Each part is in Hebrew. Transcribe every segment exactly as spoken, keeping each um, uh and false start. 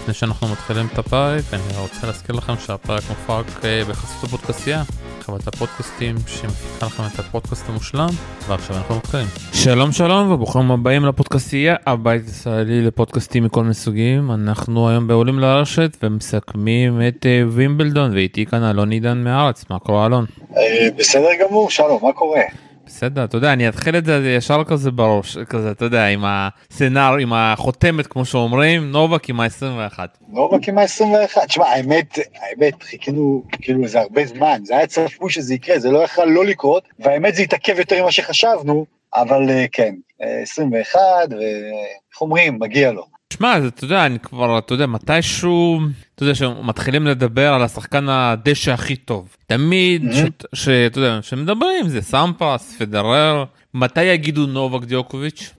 לפני שאנחנו מתחילים את הפרק, אני רוצה להזכיר לכם שהפרק מופק בחסות הפודקאסטייה, חברת הפודקאסטים שמפיקה לכם את הפודקאסט המושלם, ועכשיו אנחנו מתחילים. שלום שלום וברוכים הבאים לפודקאסטייה, הבית ישראלי לפודקאסטים מכל מסוגים. אנחנו היום בעולים לרשת ומסכמים את וימבלדון, ואיתי כאן אלון עידן מהארץ. מה קורה אלון? בסדר גמור, שלום, מה קורה? בסדר, אתה יודע, אני אתחיל את זה ישר כזה בראש, כזה, אתה יודע, עם הסצנר, עם החותמת, כמו שאומרים, נובק עם ה-עשרים ואחת. נובק עם ה-עשרים ואחת, תשמע, האמת, האמת, חיכינו, כאילו, זה הרבה זמן, זה היה צפוי שזה יקרה, זה לא יכול לא לקרות, והאמת זה יתעכב יותר ממה שחשבנו, אבל כן, עשרים ואחת, ואיך אומרים, מגיע לו. תשמע, אתה יודע, אני כבר, אתה יודע, מתישהו, אתה יודע, שמתחילים לדבר על השחקן הדשא הכי טוב. תמיד, שאתה יודע, שמדברים, זה סמפרס, פדרר, מתי יגידו נובק דיוקוביץ'?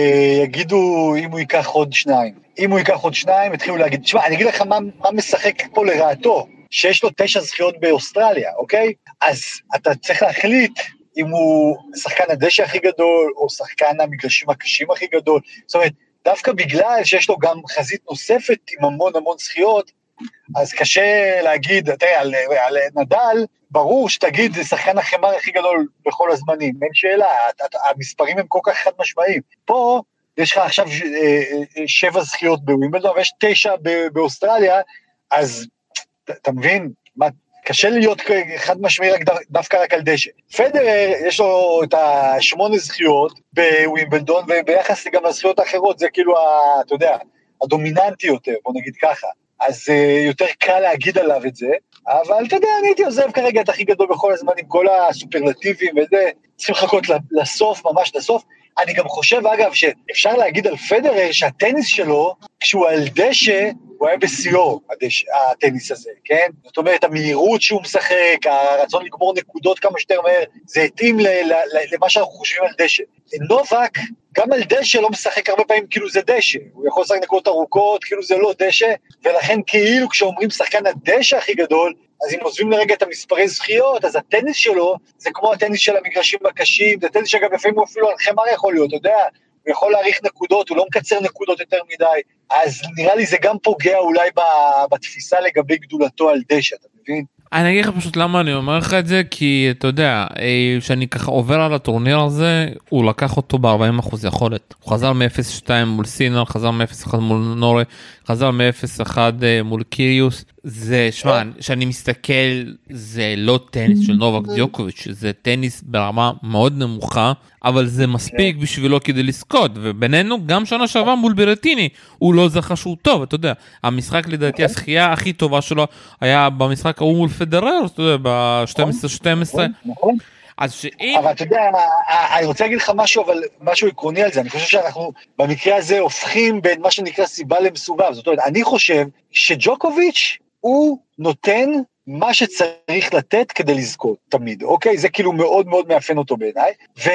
יגידו אם הוא ייקח עוד שניים. אם הוא ייקח עוד שניים, התחילו להגיד, תשמע, אני אגיד לך מה משחק פה לרעתו, שיש לו תשע זכיות באוסטרליה, אוקיי? אז אתה צריך להחליט אם הוא שחקן הדשא הכי גדול, או שחקן המגרשים הקשים הכי גדול, זאת אומרת, דווקא בגלל שיש לו גם חזית נוספת עם המון המון זכיות, אז קשה להגיד, תראה, על, על נדל, ברור שתגיד, זה שחקן החמר הכי גדול בכל הזמנים, אין שאלה, המספרים הם כל כך חד משמעיים. פה יש לך עכשיו שבע זכיות בווימבלדון, ויש תשע באוסטרליה, אז אתה מבין, מה, קשה להיות חד משמעי רק דווקא רק על דשא. פדרר, יש לו את השמונה זכיות בווימבלדון, וביחס גם לזכיות האחרות, זה כאילו, אתה יודע, הדומיננטי יותר, בוא נגיד ככה. אז יותר קל להגיד עליו את זה, אבל אתה יודע, אני הייתי עוזב כרגע את הכי גדול בכל הזמן, עם כל הסופרלטיבים וזה, צריכים לחכות לסוף, ממש לסוף. אני גם חושב, אגב, שאפשר להגיד על פדרר שהטניס שלו, כשהוא על דשא, הוא היה בסיור, הטניס הזה, כן? זאת אומרת, המהירות שהוא משחק, הרצון לגמור נקודות כמה שיותר מהר, זה התאים למה שאנחנו חושבים על דשא. נובק, גם על דשא לא משחק הרבה פעמים כאילו זה דשא, הוא יכול לשחק נקודות ארוכות, כאילו זה לא דשא, ולכן כאילו כשאומרים שחקן הדשא הכי גדול, אז אם עוזבים לרגע את המספרי זכיות, אז הטניס שלו, זה כמו הטניס של המגרשים הקשים, זה טניס שגם לפעמים הוא אפילו על חמר יכול להיות, אתה יודע, הוא יכול להאריך נקודות, הוא לא מקצר נקודות יותר מדי, אז נראה לי זה גם פוגע אולי בתפיסה לגבי גדולתו על דשא, אתה מבין? אני אגיד לך פשוט למה אני אומר לך את זה, כי אתה יודע, שאני ככה עובר על הטורניר הזה, הוא לקח אותו ב-ארבעים אחוז יכולת. הוא חזר מ-אפס שתיים מול סינר, חזר מ-אפס אחת מול נורי, חזר מ-אפס אחת מול קיריוס. זה, שמע, שאני מסתכל, זה לא טניס של נובק דיוקוביץ', זה טניס ברמה מאוד נמוכה, אבל זה מספיק בשבילו כדי לזכות, ובינינו גם שנה שעברה מול ברטיני, הוא לא זכה שהוא טוב, אתה יודע, המשחק לדעתי, השחייה הכי טובה שלו, היה במשחק ההוא מול פדרר, אתה יודע, ב-שתים עשרה שתים עשרה, אז שאם... אבל אתה יודע, אני רוצה להגיד לך משהו, אבל משהו עקרוני על זה, אני חושב שאנחנו במקרה הזה הופכים בין מה שנקרא סיבה למסובב, זאת אומרת, אני חושב שג'וקוביץ' הוא נותן מה שצריך לתת כדי לזכות, תמיד, אוקיי? זה כאילו מאוד מאוד מאפיין אותו בעיניי,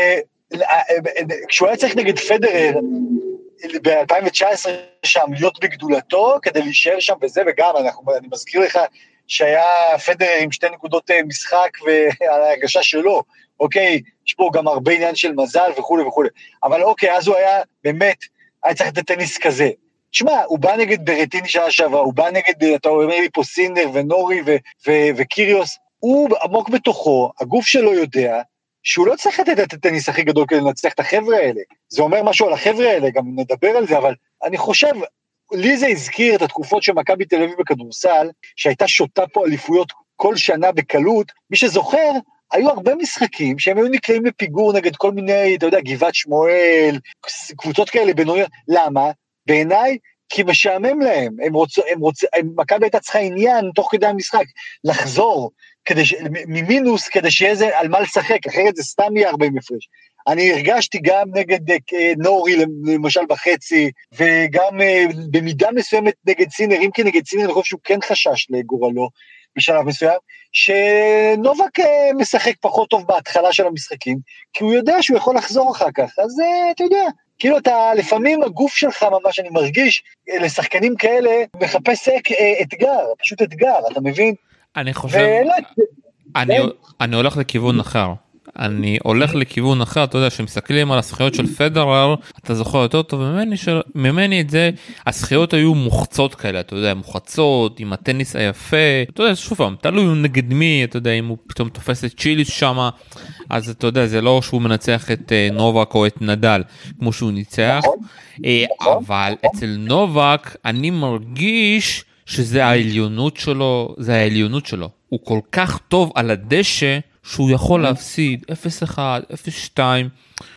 וכשהוא היה צריך נגד פדרר, ב-אלפיים תשע עשרה שם, להיות בגדולתו, כדי להישאר שם וזה, וגם אנחנו, אני מזכיר לך, שהיה פדרר עם שתי נקודות משחק, ועל ההגשה שלו, אוקיי? יש פה גם הרבה עניין של מזל וכו' וכו', אבל אוקיי, אז הוא היה באמת, היה צריך לתת טניס כזה, תשמע, הוא בא נגד ברטיני שעה שעברה, הוא בא נגד, אתה אומר לי פה סינר ונורי ו- ו- וקיריוס, הוא עמוק בתוכו, הגוף שלו יודע, שהוא לא צריך לתת את הטניס הכי גדול כדי לנצח את החבר'ה האלה, זה אומר משהו על החבר'ה האלה, גם נדבר על זה, אבל אני חושב, לי זה הזכיר את התקופות של מכבי תל אביב בכדורסל, שהייתה שותה פה אליפויות כל שנה בקלות, מי שזוכר, היו הרבה משחקים שהם היו נקראים לפיגור נגד כל מיני, אתה יודע, גבעת שמואל, קבוצות כאלה בינוניות, למה? בעיניי, כי משעמם להם, הם רוצ, הם רוצ, הם, מכבי הייתה צריכה עניין, תוך כדי המשחק, לחזור, כדי ש, ממינוס, כדי שיהיה זה על מה לשחק, אחרת זה סתם יהיה ארבעים הפרש. אני הרגשתי גם נגד uh, נורי, למשל בחצי, וגם uh, במידה מסוימת נגד סינר, אם כי נגד סינר, אני חושב שהוא כן חשש לגורלו, בשלב מסוים, שנובק uh, משחק פחות טוב בהתחלה של המשחקים, כי הוא יודע שהוא יכול לחזור אחר כך, אז uh, אתה יודע, כאילו אתה, לפעמים הגוף שלך ממש, אני מרגיש, לשחקנים כאלה, מחפש אתגר, פשוט אתגר, אתה מבין? אני חושב, אני, אני הולך לכיוון אחר. אני הולך לכיוון אחר, אתה יודע, שמסתכלים על הזכיות של פדרר, אתה זוכר יותר טוב ממני, של... ממני את זה, הזכיות היו מוחצות כאלה, אתה יודע, מוחצות, עם הטניס היפה, אתה יודע, שוב פעם, תלוי נגד מי, אתה יודע, אם הוא פתאום תופס את צ'יליס שמה, אז אתה יודע, זה לא שהוא מנצח את נובק או את נדל, כמו שהוא ניצח, אבל אצל נובק, אני מרגיש שזה העליונות שלו, זה העליונות שלו, הוא כל כך טוב על הדשא, שהוא יכול להפסיד אפס אחת, אפס שתיים,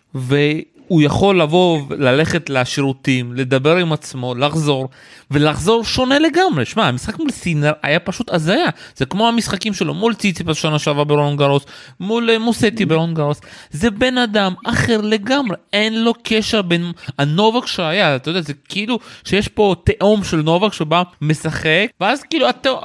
והוא יכול לבוא, ללכת לשירותים, לדבר עם עצמו, לחזור, ולחזור שונה לגמרי. שמע, המשחק מול סינר היה פשוט הזיה, זה כמו המשחקים שלו, מול ציציפס שנה שעברה ברולאן גארוס, מול מוסטי ברולאן גארוס, זה בן אדם אחר לגמרי, אין לו קשר בין הנובק שהיה, אתה יודע, זה כאילו שיש פה תאום של נובק שבא משחק, ואז כאילו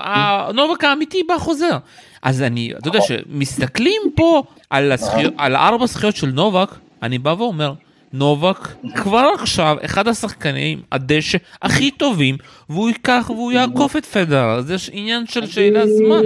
הנובק האמיתי בא חוזר. אז אני, אתה יודע, שמסתכלים פה על, הזכיות, על ארבע זכיות של נובק, אני בא ואומר, נובק כבר עכשיו אחד השחקנים, הדשא הכי טובים, והוא ייקח והוא יעקוף את פדרר, זה עניין של שאלה זמן.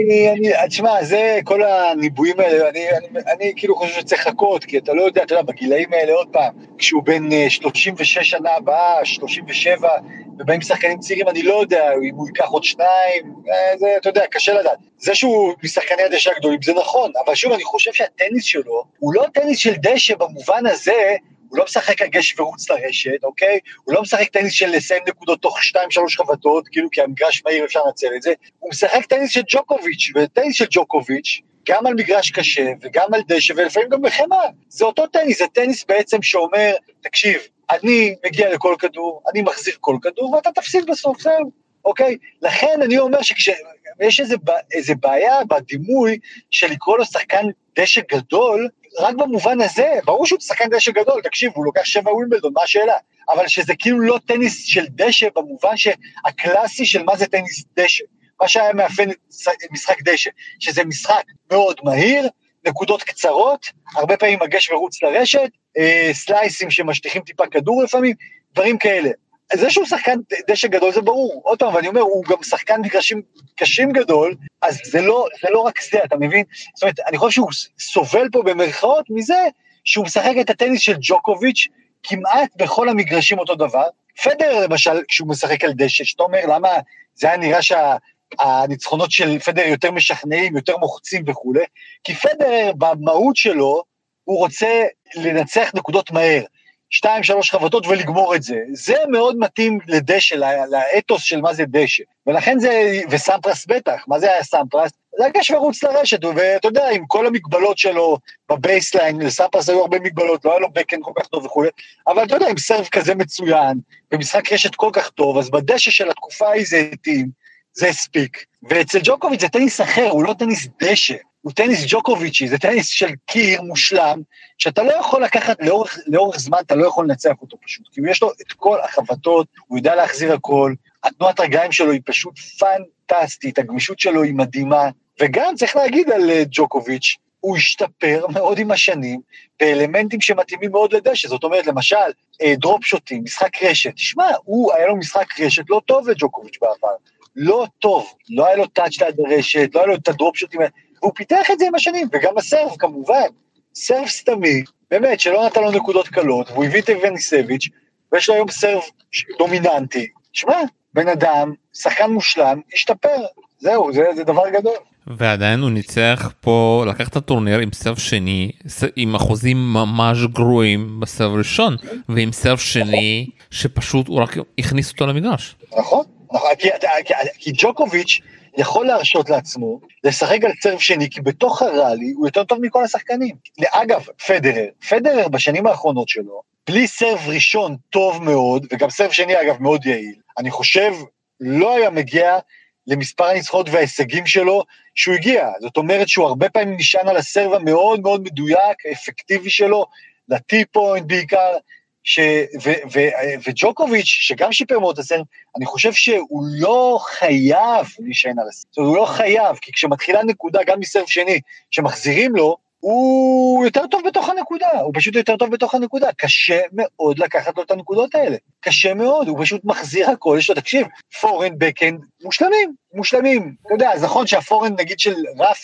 תשמע, זה כל הניבויים האלה, אני, אני, אני כאילו חושב שצריך לחכות, כי אתה לא יודע, אתה יודע, בגילאים האלה עוד פעם, כשהוא בין שלושים ושש שנה הבאה, שלושים ושבע, ובאים שחקנים צעירים, אני לא יודע אם הוא ייקח עוד שניים, זה, אתה יודע, קשה לדעת. זה שהוא משחקני הדשא הגדולים, זה נכון, אבל שוב, אני חושב שהטניס שלו, הוא לא טניס של דשא במובן הזה, הוא לא משחק הגש ורוץ לרשת, אוקיי? הוא לא משחק טניס של לסיים נקודות תוך שתיים שלוש חבטות, כאילו כי המגרש מהיר אפשר לנצל את זה, הוא משחק טניס של ג'וקוביץ', וטניס של ג'וקוביץ', גם על מגרש קשה, וגם על דשא, ולפעמים גם בחמה. זה אותו טניס, זה טניס בעצם שאומר, תקשיב, אני מגיע לכל כדור, אני מחזיר כל כדור, ואתה תפסיד בסוף, זהו, אוקיי? לכן אני אומר שיש איזה, איזה בעיה בדימוי של לקרוא לו שחקן דשא גדול, רק במובן הזה, ברור שהוא שחקן דשא גדול, תקשיב, הוא לוקח שבע ווימבלדון, מה השאלה? אבל שזה כאילו לא טניס של דשא, במובן שהקלאסי של מה זה טניס דשא, מה שהיה מאפיין משחק דשא, שזה משחק מאוד מהיר, נקודות קצרות, הרבה פעמים מגש ורוץ לרשת, אה, סלייסים שמשטיחים טיפה כדור לפעמים, דברים כאלה. זה שהוא שחקן דשא גדול זה ברור, עוד פעם, ואני אומר, הוא גם שחקן מגרשים קשים גדול, אז זה לא, זה לא רק זה, אתה מבין? זאת אומרת, אני חושב שהוא סובל פה במרכאות מזה, שהוא משחק את הטניס של ג'וקוביץ' כמעט בכל המגרשים אותו דבר, פדרר למשל, כשהוא משחק על דשא, שאתה אומר, למה זה היה נראה שהניצחונות של פדרר יותר משכנעים, יותר מוחצים וכו', כי פדרר במהות שלו, הוא רוצה לנצח נקודות מהר, שתיים, שלוש חבטות ולגמור את זה. זה מאוד מתאים לדשא, לאתוס של מה זה דשא. ולכן זה, וסמפרס בטח, מה זה היה סמפרס? זה הגש ורוץ לרשת, ואתה יודע, עם כל המגבלות שלו בבייסליין, לסמפרס היו הרבה מגבלות, לא היה לו בקן כל כך טוב וכו', אבל אתה יודע, עם סרף כזה מצוין, במשחק רשת כל כך טוב, אז בדשא של התקופה ההיא זה התאים, זה הספיק. ואצל ג'וקוביץ' זה טניס אחר, הוא לא טניס דשא. הוא טניס ג'וקוביצ'י, זה טניס של קיר מושלם, שאתה לא יכול לקחת לאורך, לאורך זמן, אתה לא יכול לנצח אותו פשוט, כי יש לו את כל החבטות, הוא יודע להחזיר הכל, התנועת רגליים שלו היא פשוט פנטסטית, הגמישות שלו היא מדהימה, וגם צריך להגיד על ג'וקוביץ', הוא השתפר מאוד עם השנים, באלמנטים שמתאימים מאוד לדשא, זאת אומרת, למשל, דרופ שוטים, משחק רשת, תשמע, הוא היה לו משחק רשת לא טוב לג'וקוביץ' בעבר, לא טוב, לא היה לו טאץ' ליד הרשת, לא היה לו את הדרופ שוטים, הוא פיתח את זה עם השנים, וגם הסרף כמובן, סרף סתמי, באמת שלא נתן לו נקודות קלות, והוא הביא את איווניסביץ', ויש לו היום סרף דומיננטי, תשמע, בן אדם, שחקן מושלם, השתפר, זהו, זה, זה דבר גדול. ועדיין הוא ניצח פה, לקח את הטורניר עם סרף שני, עם אחוזים ממש גרועים בסרף ראשון, ועם סרף שני, שפשוט הוא רק הכניס אותו למגרש. נכון, נכון, כי, כי, כי ג'וקוביץ' יכול להרשות לעצמו, לשחק על סרף שני, כי בתוך הראלי הוא יותר טוב מכל השחקנים. אגב, פדרר, פדרר בשנים האחרונות שלו, בלי סרף ראשון טוב מאוד, וגם סרף שני אגב מאוד יעיל, אני חושב לא היה מגיע למספר הניצחונות וההישגים שלו שהוא הגיע. זאת אומרת שהוא הרבה פעמים נשען על הסרב המאוד מאוד מדויק, האפקטיבי שלו, לטי-פוינט בעיקר, ש... ו... ו... וג'וקוביץ' שגם שיפר מאוד הסרב, אני חושב שהוא לא חייב להישען על הסרב, זאת אומרת, הוא לא חייב, כי כשמתחילה נקודה גם מסרב שני, שמחזירים לו, הוא יותר טוב בתוך הנקודה, הוא פשוט יותר טוב בתוך הנקודה, קשה מאוד לקחת לו את הנקודות האלה, קשה מאוד, הוא פשוט מחזיר הכל, יש לו, תקשיב, פורנד, בקנד, מושלמים, מושלמים, אתה יודע, אז נכון שהפורנד נגיד של רפה,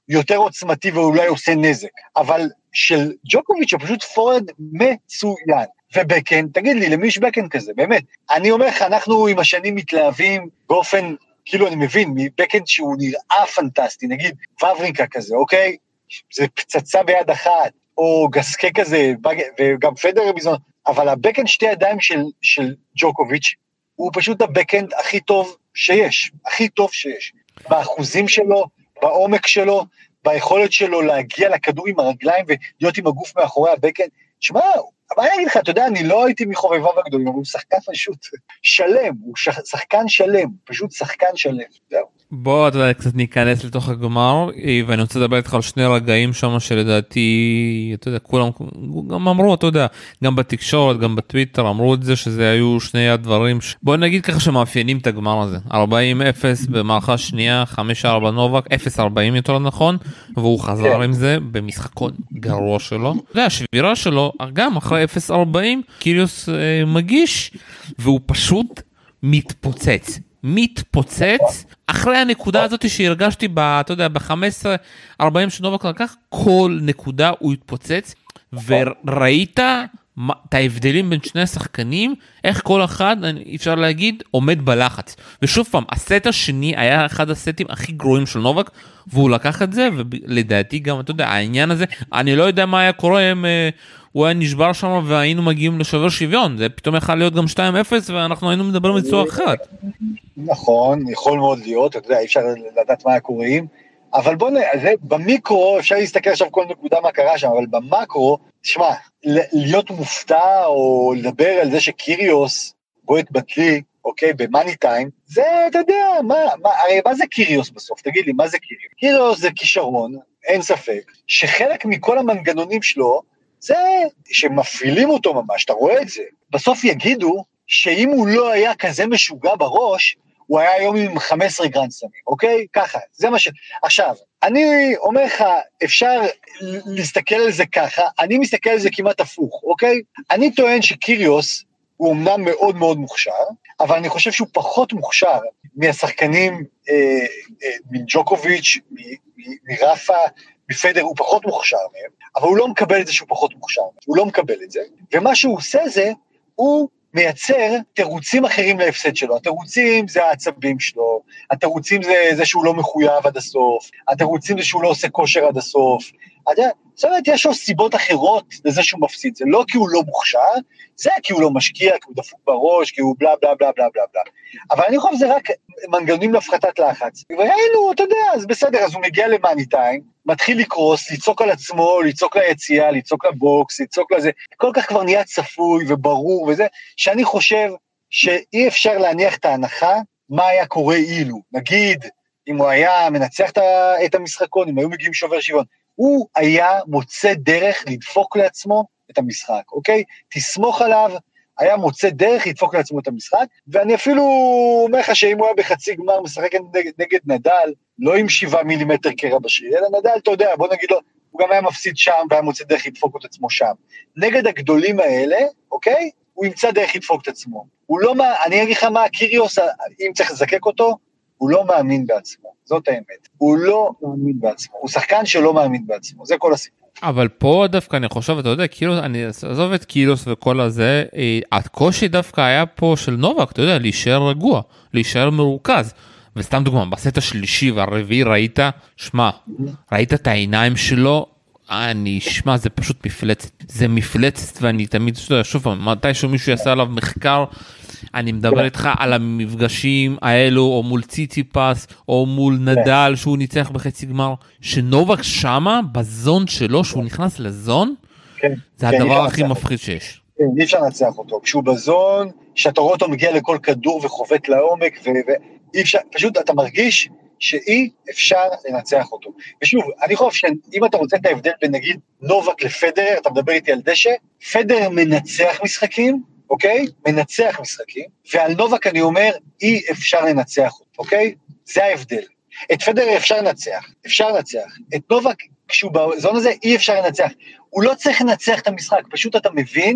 יותר עוצמתי ואולי עושה נזק, אבל של ג'וקוביץ' הוא פשוט פורד מצוין, ובקן, תגיד לי, למי יש בקן כזה, באמת, אני אומר לך, אנחנו עם השנים מתלהבים באופן, כאילו אני מבין, מבקן שהוא נראה פנטסטי, נגיד וברינקה כזה, אוקיי? זה פצצה ביד אחת, או גסקה כזה, וגם פדרר בזמן, אבל הבקן שתי ידיים של, של ג'וקוביץ', הוא פשוט הבקן הכי טוב שיש, הכי טוב שיש, באחוזים שלו, בעומק שלו, ביכולת שלו להגיע לכדור עם הרגליים, ולהיות עם הגוף מאחורי הבקן, שמע, אבל אני אגיד לך, אתה יודע, אני לא הייתי מחובביו הגדולים, אבל הוא שחקן פשוט שלם, הוא שחקן שלם, פשוט שחקן שלם, זהו. בוא, אתה יודע, קצת ניכנס לתוך הגמר, ואני רוצה לדבר איתך על שני רגעים שם, שלדעתי, אתה יודע, כולם גם אמרו, אתה יודע, גם בתקשורת, גם בטוויטר, אמרו את זה, שזה היו שני הדברים, ש... בוא נגיד ככה שמאפיינים את הגמר הזה, ארבעים אפס במערכה שנייה, חמש ארבע נובק, אפס ארבעים יותר נכון, והוא חזר עם זה במשחקון גרוע שלו, אתה יודע, השבירה שלו, גם אחרי אפס ארבעים, קיריוס אה, מגיש, והוא פשוט מתפוצץ. מתפוצץ אחרי הנקודה הזאת שהרגשתי ב, אתה יודע, ב-חמש עשרה ארבעים שנובק לקח, כל נקודה הוא התפוצץ, וראית את ההבדלים בין שני השחקנים, איך כל אחד, אפשר להגיד, עומד בלחץ. ושוב פעם, הסט השני היה אחד הסטים הכי גרועים של נובק, והוא לקח את זה, ולדעתי גם, אתה יודע, העניין הזה, אני לא יודע מה היה קורה אם הוא היה נשבר שם והיינו מגיעים לשובר שוויון, זה פתאום יכול להיות גם שתיים אפס ואנחנו היינו מדברים בצורה אחרת. נכון, יכול מאוד להיות, אתה יודע, אי אפשר לדעת מה היה קוראים, אבל בוא נראה, במיקרו, אפשר להסתכל עכשיו כל נקודה מה קרה שם, אבל במקרו, תשמע, להיות מופתע או לדבר על זה שקיריוס בועט בטלי, אוקיי, במאני טיים, זה, אתה יודע, מה, מה, הרי מה זה קיריוס בסוף? תגיד לי, מה זה קיריוס? קיריוס זה כישרון, אין ספק, שחלק מכל המנגנונים שלו, זה שמפעילים אותו ממש, אתה רואה את זה. בסוף יגידו שאם הוא לא היה כזה משוגע בראש, הוא היה היום עם חמש עשרה גרנד סלאמים, אוקיי? ככה, זה מה ש... עכשיו, אני אומר לך, אפשר להסתכל על זה ככה, אני מסתכל על זה כמעט הפוך, אוקיי? אני טוען שקיריוס הוא אמנם מאוד מאוד מוכשר, אבל אני חושב שהוא פחות מוכשר מהשחקנים, אה, אה, מג'וקוביץ', מרפה, בפדר, הוא פחות מוכשר מהם, אבל הוא לא מקבל את זה שהוא פחות מוכשר, הוא לא מקבל את זה, ומה שהוא עושה זה, הוא מייצר תירוצים אחרים להפסד שלו, התירוצים זה העצבים שלו, התירוצים זה זה שהוא לא מחויב עד הסוף, התירוצים זה שהוא לא עושה כושר עד הסוף, זאת אומרת, יש לו סיבות אחרות לזה שהוא מפסיד, זה לא כי הוא לא מוכשר, זה כי הוא לא משקיע, כי הוא דפוק בראש, כי הוא בלה בלה בלה בלה בלה בלה, אבל אני חושב שזה רק מנגנונים להפחתת לחץ, והיינו, אתה יודע, אז בסדר, אז הוא מגיע למאני טיים, מתחיל לקרוס, לצעוק על עצמו, לצעוק ליציאה, לצעוק לבוקס, לצעוק לזה, כל כך כבר נהיה צפוי וברור וזה, שאני חושב שאי אפשר להניח את ההנחה, מה היה קורה אילו, נגיד, אם הוא היה מנצח את המשחקון, אם היו מגיעים שובר שוויון, הוא היה מוצא דרך לדפוק לעצמו את המשחק, אוקיי? תסמוך עליו, היה מוצא דרך לדפוק לעצמו את המשחק, ואני אפילו אומר לך שאם הוא היה בחצי גמר משחק נגד, נגד נדל, לא עם שבעה מילימטר קרע בשריר, אלא נדל, אתה יודע, בוא נגיד לו, הוא גם היה מפסיד שם, והיה מוצא דרך לדפוק את עצמו שם. נגד הגדולים האלה, אוקיי? הוא ימצא דרך לדפוק את עצמו. הוא לא, אני אגיד לך מה, קיריוס, אם צריך לזקק אותו, הוא לא מאמין בעצמו, זאת האמת. הוא לא מאמין בעצמו, הוא שחקן שלא מאמין בעצמו, זה כל הסיפור. אבל פה דווקא אני חושב, אתה יודע, כאילו, אני עזוב את קילוס וכל הזה, הקושי דווקא היה פה של נובק, אתה יודע, להישאר רגוע, להישאר מרוכז. וסתם דוגמה, בסט השלישי והרביעי ראית, שמה, ראית את העיניים שלו, אני, שמה, זה פשוט מפלצת. זה מפלצת, ואני תמיד, שוב פעם, מתישהו מישהו יעשה עליו מחקר, אני מדבר איתך על המפגשים האלו, או מול ציציפס, או מול נדל, שהוא ניצח בחצי גמר, שנובק שמה, בזון שלו, שהוא נכנס לזון, זה הדבר הכי מפחיד שיש. אי אפשר לנצח אותו, כשהוא בזון, שאתה רואה אותו מגיע לכל כדור וחובט לעומק, ואי אפשר, פשוט אתה מרגיש שאי אפשר לנצח אותו. ושוב, אני חושב שאם אתה רוצה את ההבדל בין נגיד נובק לפדרר, אתה מדבר איתי על דשא, פדרר מנצח משחקים, אוקיי? מנצח משחקים, ועל נובק אני אומר, אי אפשר לנצח אותו, אוקיי? זה ההבדל. את פדרר אפשר לנצח, אפשר לנצח. את נובק, כשהוא בזון הזה, אי אפשר לנצח. הוא לא צריך לנצח את המשחק, פשוט אתה מבין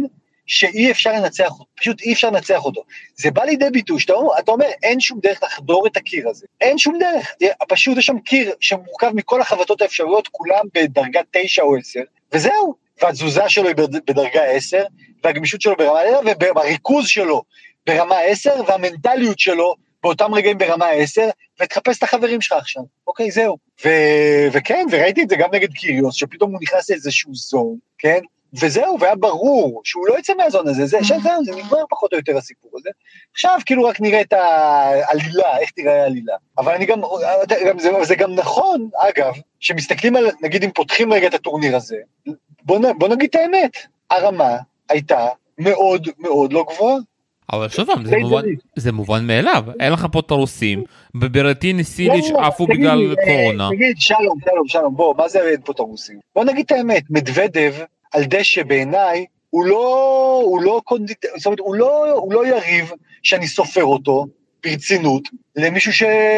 שאי אפשר לנצח אותו, פשוט אי אפשר לנצח אותו. זה בא לידי ביטוי, שאתה אומר, אתה אומר, אין שום דרך לחדור את הקיר הזה, אין שום דרך, פשוט יש שם קיר שמורכב מכל החבטות האפשריות, כולם בדרגה תשע או עשר, וזהו, והתזוזה שלו היא בדרגה עשר, והגמישות שלו ברמה עשר, והריכוז שלו ברמה עשר, והמנטליות שלו באותם רגעים ברמה עשר, ותחפש את החברים שלך עכשיו, אוקיי, זהו. ו- וכן, וראיתי את זה גם נגד קיריוס, שפתאום הוא נכנס לאיזשהו זון, כן? וזהו, והיה ברור שהוא לא יצא מהזון הזה, זה, שזהו, זה נגמר פחות או יותר הסיפור הזה. עכשיו כאילו רק נראה את העלילה, איך תראה העלילה. אבל אני גם, גם זה, זה גם נכון, אגב, שמסתכלים על, נגיד אם פותחים רגע את הטורניר הזה, בוא, בוא נגיד את האמת, הרמה הייתה מאוד מאוד לא גבוהה. אבל שוב, זה, מובן, זה מובן מאליו, אין לך פה את הרוסים, בברטיני סיליץ' עפו בגלל קורונה. תגיד, שלום, שלום, שלום, בוא, מה זה אין פה את הרוסים? בוא נגיד את האמת, מדוודב על דשא בעיניי, הוא לא, הוא לא קונדיט, זאת אומרת, הוא לא, הוא לא יריב שאני סופר אותו ברצינות, למישהו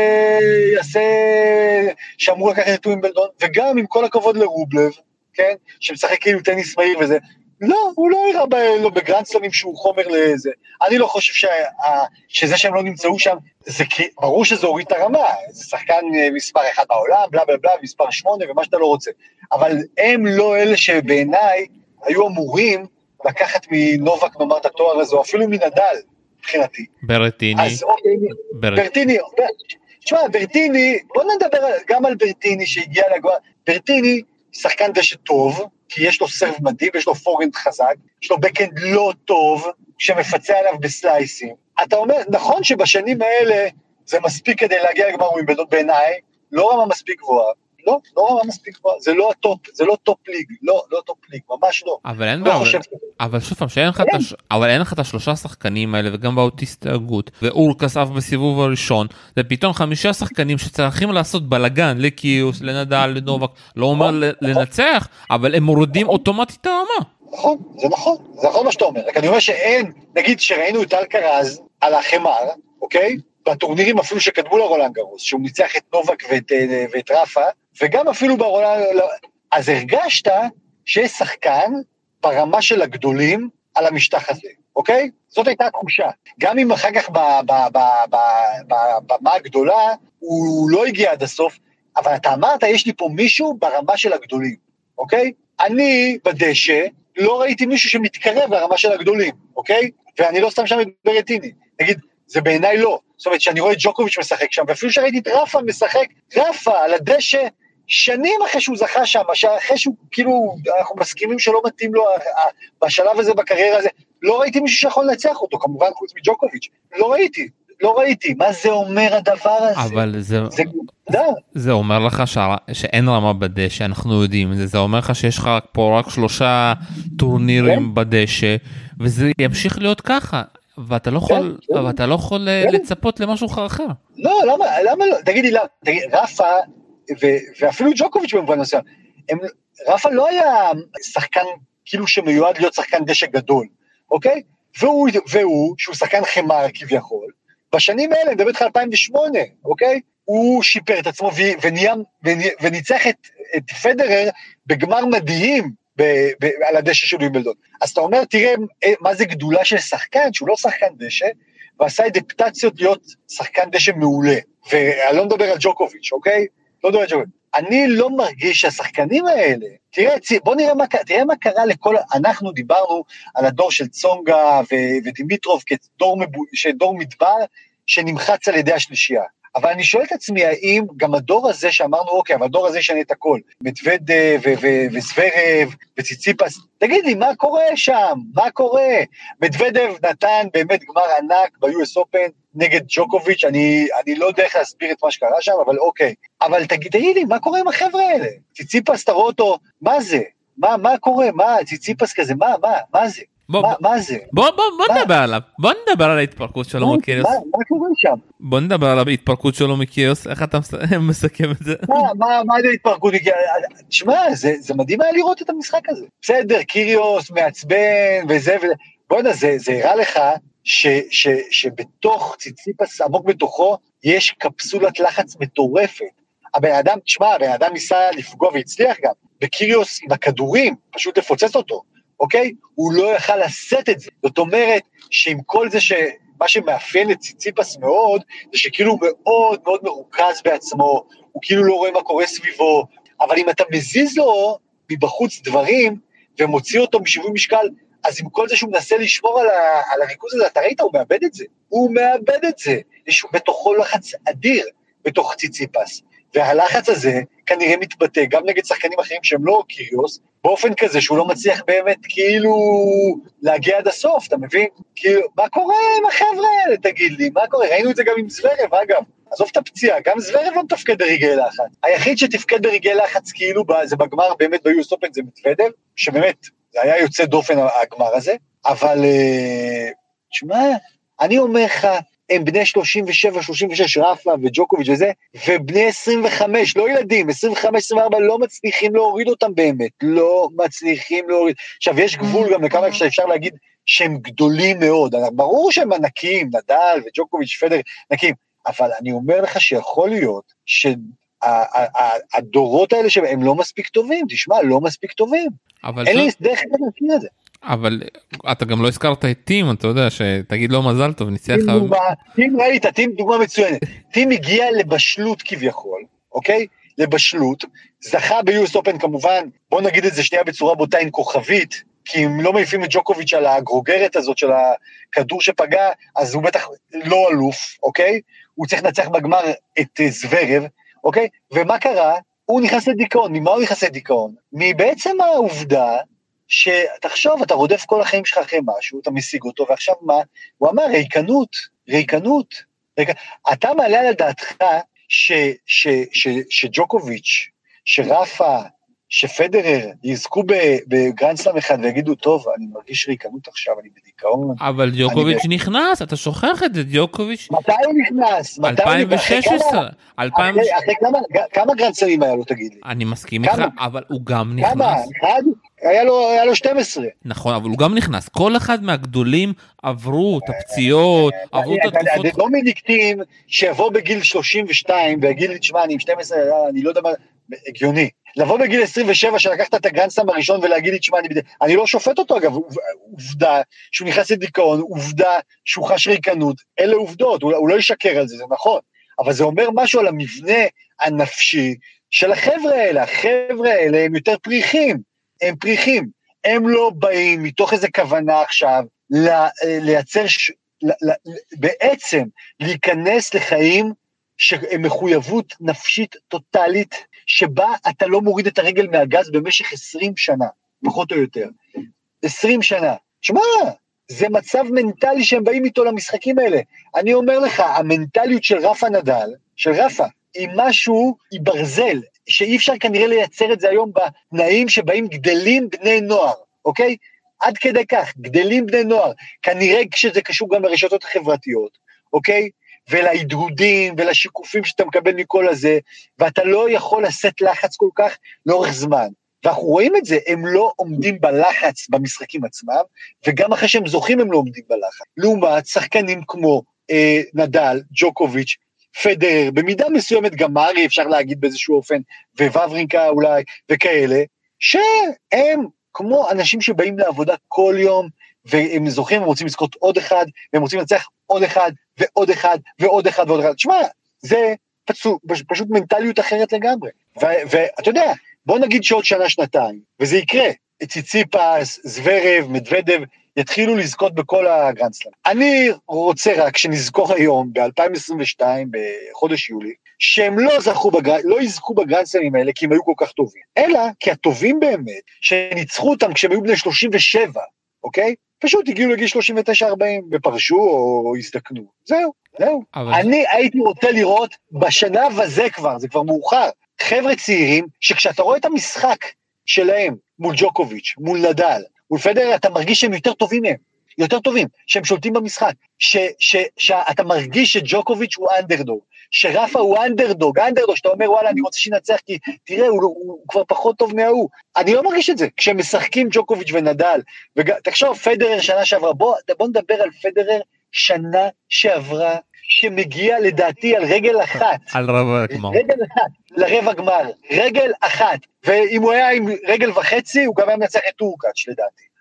שיעשה, שאמור לקחת את ווימבלדון, וגם עם כל הכבוד לרובלב, כן, שמשחק כאילו טניס מהיר וזה, לא, הוא לא יראה ב- לא בגרנד סלמים שהוא חומר לזה. אני לא חושב שה, שזה שהם לא נמצאו שם, זה ברור שזה הוריד את הרמה, זה שחקן מספר אחד בעולם, בלה בלה בלה, מספר שמונה ומה שאתה לא רוצה. אבל הם לא אלה שבעיניי היו אמורים לקחת מנובק, נאמר את התואר הזה, או אפילו מנדל, מבחינתי. ברטיני. אז אוקיי, בר... ברטיני, תשמע, ברטיני, בוא נדבר גם על ברטיני שהגיע לגמר, ברטיני שחקן דשא טוב, כי יש לו סרב מדהים, יש לו פורנד חזק, יש לו בקאנד לא טוב, שמפצה עליו בסלייסים. אתה אומר, נכון שבשנים האלה, זה מספיק כדי להגיע לגמר ווימבלדון בעיניי, לא רמה מספיק גבוהה, לא, לא רמה מספיק גבוהה, זה לא הטופ, זה לא טופ ליג, לא, לא טופ ליג, ממש לא. אבל אין לא אבל, אבל שוב פעם, שאין לך את הש... אבל אין לך את השלושה שחקנים האלה, וגם באוטיסט הגות, ואורקס אף בסיבוב הראשון, זה פתאום חמישה שחקנים שצריכים לעשות בלגן, לקיוס, לנדל, לנובק, לא אומר לנצח, אבל הם מורידים אוטומטית את הרמה. נכון, זה נכון, זה נכון מה שאתה אומר, רק אני אומר שאין, נגיד שראינו את אלקרז על החמר, אוקיי? בטורנירים אפילו שקדמו לרולנד גרוס, שהוא ניצח את נובק ואת, ואת רפה, וגם אפילו ברולנד, אז הרגשת שיש שחקן ברמה של הגדולים על המשטח הזה, אוקיי? זאת הייתה התחושה. גם אם אחר כך במה הגדולה, הוא לא הגיע עד הסוף, אבל אתה אמרת, יש לי פה מישהו ברמה של הגדולים, אוקיי? אני בדשא לא ראיתי מישהו שמתקרב לרמה של הגדולים, אוקיי? ואני לא סתם שם את ברטיני. נגיד, זה בעיניי לא. זאת אומרת, שאני רואה את ג'וקוביץ' משחק שם, ואפילו שראיתי את רפה משחק, רפה על הדשא, שנים אחרי שהוא זכה שם, אחרי שהוא, כאילו, אנחנו מסכימים שלא מתאים לו, בשלב הזה, בקריירה הזה, לא ראיתי מישהו שיכול לנצח אותו, כמובן חוץ מג'וקוביץ', לא ראיתי, לא ראיתי, מה זה אומר הדבר הזה? אבל זה, זה, זה, זה אומר לך ש... שאין רמה בדשא, אנחנו יודעים, זה, זה אומר לך שיש לך פה רק שלושה טורנירים בדשא, וזה ימשיך להיות ככה. ואתה לא יכול, ואתה לא יכול לצפות למשהו אחר. לא, למה, למה לא? תגידי, לא, תגיד, רפה, ואפילו ג'וקוביץ' במובן מסוים, רפה לא היה שחקן, כאילו שמיועד להיות שחקן דשא גדול, אוקיי? והוא, והוא, שהוא שחקן חמר כביכול, בשנים האלה, מדבר איתך אלפיים ושמונה, אוקיי? הוא שיפר את עצמו ונהיה, וניצח את, את פדרר בגמר מדהים, ב- ב- על הדשא של ווימבלדון. אז אתה אומר, תראה מה זה גדולה של שחקן, שהוא לא שחקן דשא, ועשה אדפטציות להיות שחקן דשא מעולה. ואני לא מדבר על ג'וקוביץ', אוקיי? לא מדבר על ג'וקוביץ'. אני לא מרגיש שהשחקנים האלה, תראה, בוא נראה מה, תראה מה קרה לכל, אנחנו דיברנו על הדור של צונגה ו- ודימיטרוב כדור מבו, דור מדבר שנמחץ על ידי השלישייה. אבל אני שואל את עצמי, האם גם הדור הזה שאמרנו, אוקיי, אבל הדור הזה ישנה את הכל, מדוודב וזוורב וציציפס, תגיד לי, מה קורה שם? מה קורה? מדוודב נתן באמת גמר ענק ב-יו אס Open נגד ג'וקוביץ', אני, אני לא יודע איך להסביר את מה שקרה שם, אבל אוקיי. אבל תגיד, תגיד לי, מה קורה עם החבר'ה האלה? ציציפס, תראו אותו, מה זה? מה, מה קורה? מה? ציציפס כזה, מה, מה, מה זה? בוא, מה, בוא, מה זה? בוא, בוא, בוא נדבר עליו, בוא נדבר על ההתפרקות שלו מקיוס. מה, מה קורה שם? בוא נדבר על ההתפרקות שלו מקיוס, איך אתה מסכם את זה? מה, מה, מה זה התפרקות? תשמע, זה, זה מדהים היה לראות את המשחק הזה. בסדר, קיריוס מעצבן וזה וזה. בוא נה, זה, זה הראה לך ש, ש, שבתוך ציציפס עמוק בתוכו, יש קפסולת לחץ מטורפת. הבן אדם, תשמע, הבן אדם ניסה לפגוע והצליח גם, בקיריוס עם הכדורים, פשוט לפוצץ אותו. אוקיי? הוא לא יכל לשאת את זה. זאת אומרת, שעם כל זה ש... מה שמאפיין את ציציפס מאוד, זה שכאילו הוא מאוד מאוד מרוכז בעצמו, הוא כאילו לא רואה מה קורה סביבו, אבל אם אתה מזיז לו מבחוץ דברים, ומוציא אותו משיווי משקל, אז עם כל זה שהוא מנסה לשמור על, ה... על הריכוז הזה, אתה ראית, הוא מאבד את זה. הוא מאבד את זה. יש בתוכו לחץ אדיר בתוך ציציפס. והלחץ הזה כנראה מתבטא גם נגד שחקנים אחרים שהם לא קיריוס, באופן כזה שהוא לא מצליח באמת כאילו להגיע עד הסוף, אתה מבין? כאילו, מה קורה עם החבר'ה האלה, תגיד לי, מה קורה? ראינו את זה גם עם זוורב, אגב, עזוב את הפציעה, גם זוורב לא מתפקד ברגעי לחץ. היחיד שתפקד ברגעי לחץ כאילו זה בגמר באמת ב-יו אס Open זה מדוודב, שבאמת זה היה יוצא דופן הגמר הזה, אבל, תשמע, אני אומר לך, הם בני שלושים ושבע שלושים ושש, רפה וג'וקוביץ' וזה, ובני עשרים וחמש, לא ילדים, עשרים וחמש עשרים וארבע, לא מצליחים להוריד אותם באמת, לא מצליחים להוריד. עכשיו, יש גבול גם לכמה שאפשר להגיד שהם גדולים מאוד, ברור שהם ענקים, נדל וג'וקוביץ' פדר, ענקים, אבל אני אומר לך שיכול להיות שהדורות האלה שהם לא מספיק טובים, תשמע, לא מספיק טובים. אין לי דרך להכיר את זה. אבל אתה גם לא הזכרת את טים, אתה יודע, שתגיד לו מזל טוב, ניצח... טים ראית, טים דוגמה מצוינת. טים הגיע לבשלות כביכול, אוקיי? לבשלות, זכה ב-יו אס Open כמובן, בוא נגיד את זה שנייה בצורה בוטה עם כוכבית, כי אם לא מעיפים את ג'וקוביץ' על הגרוגרת הזאת של הכדור שפגע, אז הוא בטח לא אלוף, אוקיי? הוא צריך לנצח בגמר את זוורב, אוקיי? ומה קרה? הוא נכנס לדיכאון. ממה הוא נכנס לדיכאון? מבעצם העובדה שתחשוב, אתה רודף כל החיים שלך אחרי משהו, אתה משיג אותו, ועכשיו מה? הוא אמר, ריקנות, ריקנות. ריק... אתה מעלה על דעתך ש, ש, ש, שג'וקוביץ', שרפה, שפדרר יזכו בגרנדסלאם אחד ויגידו, טוב, אני מרגיש ריקנות עכשיו, אני בדיכאון. אבל ג'וקוביץ' אני... נכנס, אתה שוכח את זה, ג'וקוביץ'. מתי הוא נכנס? אלפיים ושש עשרה. אחרי, אחרי, אחרי כמה, כמה גרנדסלאמים היה לו, תגיד לי? אני מסכים איתך, אבל הוא גם נכנס. כמה? אחד? היה לו, היה לו שתים עשרה. נכון, אבל הוא גם נכנס. כל אחד מהגדולים עברו את הפציעות, עברו את התקופות. דומיניק טים שיבוא בגיל שלושים ושתיים, ויגיד לי, תשמע, אני עם שתים עשרה, אני לא יודע מה, הגיוני. לבוא בגיל עשרים ושבע שלקחת את הגרנדסלאם הראשון ולהגיד לי, תשמע, אני, אני לא שופט אותו אגב, עובדה שהוא נכנס לדיכאון, עובדה שהוא חש ריקנות, אלה עובדות, הוא, הוא לא ישקר על זה, זה נכון, אבל זה אומר משהו על המבנה הנפשי של החבר'ה האלה, החבר'ה האלה הם יותר פריחים, הם פריחים, הם לא באים מתוך איזה כוונה עכשיו, לייצר, בעצם להיכנס לחיים, שמחויבות נפשית טוטלית, שבה אתה לא מוריד את הרגל מהגז במשך עשרים שנה, פחות או יותר. עשרים שנה. שמה, זה מצב מנטלי שהם באים איתו למשחקים האלה. אני אומר לך, המנטליות של רפה נדל, של רפה, היא משהו, היא ברזל, שאי אפשר כנראה לייצר את זה היום בתנאים שבאים גדלים בני נוער, אוקיי? עד כדי כך, גדלים בני נוער, כנראה כשזה קשור גם לרשתות החברתיות, אוקיי? ולהידהודים ולשיקופים שאתה מקבל מכל הזה, ואתה לא יכול לשאת לחץ כל כך לאורך זמן. ואנחנו רואים את זה, הם לא עומדים בלחץ במשחקים עצמם, וגם אחרי שהם זוכים הם לא עומדים בלחץ. לעומת שחקנים כמו אה, נדל, ג'וקוביץ', פדרר, במידה מסוימת גם מארי אפשר להגיד באיזשהו אופן, ווברינקה אולי, וכאלה, שהם כמו אנשים שבאים לעבודה כל יום, והם זוכים, הם רוצים לזכות עוד אחד, והם רוצים לנצח עוד אחד, ועוד אחד, ועוד אחד, ועוד אחד. תשמע, זה פשוט, פשוט מנטליות אחרת לגמרי. ואתה יודע, בוא נגיד שעוד שנה, שנתיים, וזה יקרה. ציציפס, זוורב, מדוודב, יתחילו לזכות בכל הגרנדסלאם. אני רוצה רק שנזכור היום, ב-אלפיים עשרים ושתיים, בחודש יולי, שהם לא זכו בגרנד, לא יזכו בגרנדסלאמים האלה, כי הם היו כל כך טובים. אלא, כי הטובים באמת, שניצחו אותם כשהם היו בני שלושים ושבע, אוקיי? פשוט הגיעו לגיל שלושים ותשע ארבעים, ופרשו או הזדקנו. זהו, זהו. אבל... אני הייתי רוצה לראות בשנה וזה כבר, זה כבר מאוחר, חבר'ה צעירים, שכשאתה רואה את המשחק שלהם, מול ג'וקוביץ', מול נדל, מול פדרר, אתה מרגיש שהם יותר טובים מהם, יותר טובים, שהם שולטים במשחק, ש, ש, שאתה מרגיש שג'וקוביץ' הוא אנדרדוג, שרפה הוא אנדרדוג, אנדרדוג, שאתה אומר, וואלה, אני רוצה שינצח, כי תראה, הוא, הוא, הוא כבר פחות טוב מההוא. אני לא מרגיש את זה, כשהם משחקים ג'וקוביץ' ונדל, ותחשוב, פדרר שנה שעברה, בוא, בוא נדבר על פדרר שנה שעברה, שמגיע לדעתי על רגל אחת. על רבע הגמר. רגל אחת, לרבע גמר, רגל אחת, ואם הוא היה עם רגל וחצי, הוא גם היה מנצח את טורקאץ' לדעתי.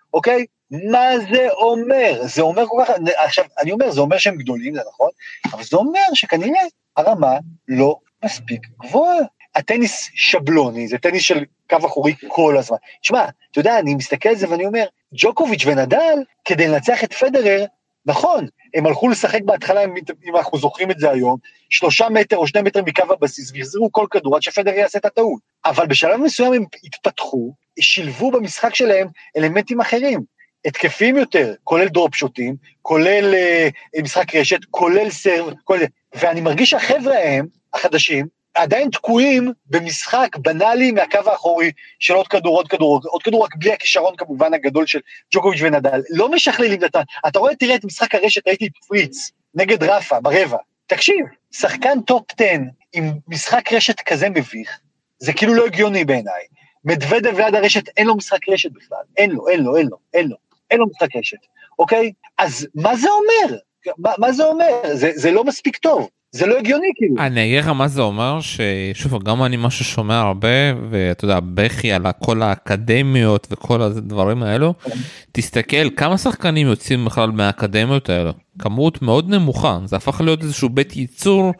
אוקיי? מה זה אומר? זה אומר כל כך, עכשיו, אני אומר, זה אומר שהם גדולים, זה נכון, אבל זה אומר שכנראה הרמה לא מספיק גבוהה. הטניס שבלוני, זה טניס של קו אחורי כל הזמן. תשמע, אתה יודע, אני מסתכל על זה ואני אומר, ג'וקוביץ' ונדל, כדי לנצח את פדרר, נכון, הם הלכו לשחק בהתחלה, אם אנחנו זוכרים את זה היום, שלושה מטר או שני מטר מקו הבסיס, והחזירו כל כדור עד שפדרר יעשה את הטעות. אבל בשלב מסוים הם התפתחו, שילבו במשחק שלהם אלמנטים אחרים, התקפים יותר, כולל דרופ שוטים, כולל uh, משחק רשת, כולל סרב, כולל... ואני מרגיש שהחבר'ה הם, החדשים, עדיין תקועים במשחק בנאלי מהקו האחורי של עוד כדור, עוד כדור, עוד כדור רק בלי הכישרון כמובן הגדול של ג'וקוביץ' ונדל, לא משכללים דתן, אתה רואה, תראה את משחק הרשת, ראיתי את פריץ, נגד רפה, ברבע, תקשיב, שחקן טופ עשר עם משחק רשת כזה מביך, זה כאילו לא הגיוני בעיניי, מדוודב ליד הרשת אין לו משחק רשת בכלל, אין לו, אין לו, אין לו, אין לו, אין לו משחק רשת, אוקיי? אז מה זה אומר? מה, מה זה אומר? זה, זה לא מספיק טוב. זה לא הגיוני כאילו. אני אגיד לך מה זה אומר, ששוב, גם אני משהו שומע הרבה, ואתה יודע, בכי על כל האקדמיות וכל הדברים האלו, תסתכל כמה שחקנים יוצאים בכלל מהאקדמיות האלו, כמות מאוד נמוכה, זה הפך להיות איזשהו בית ייצור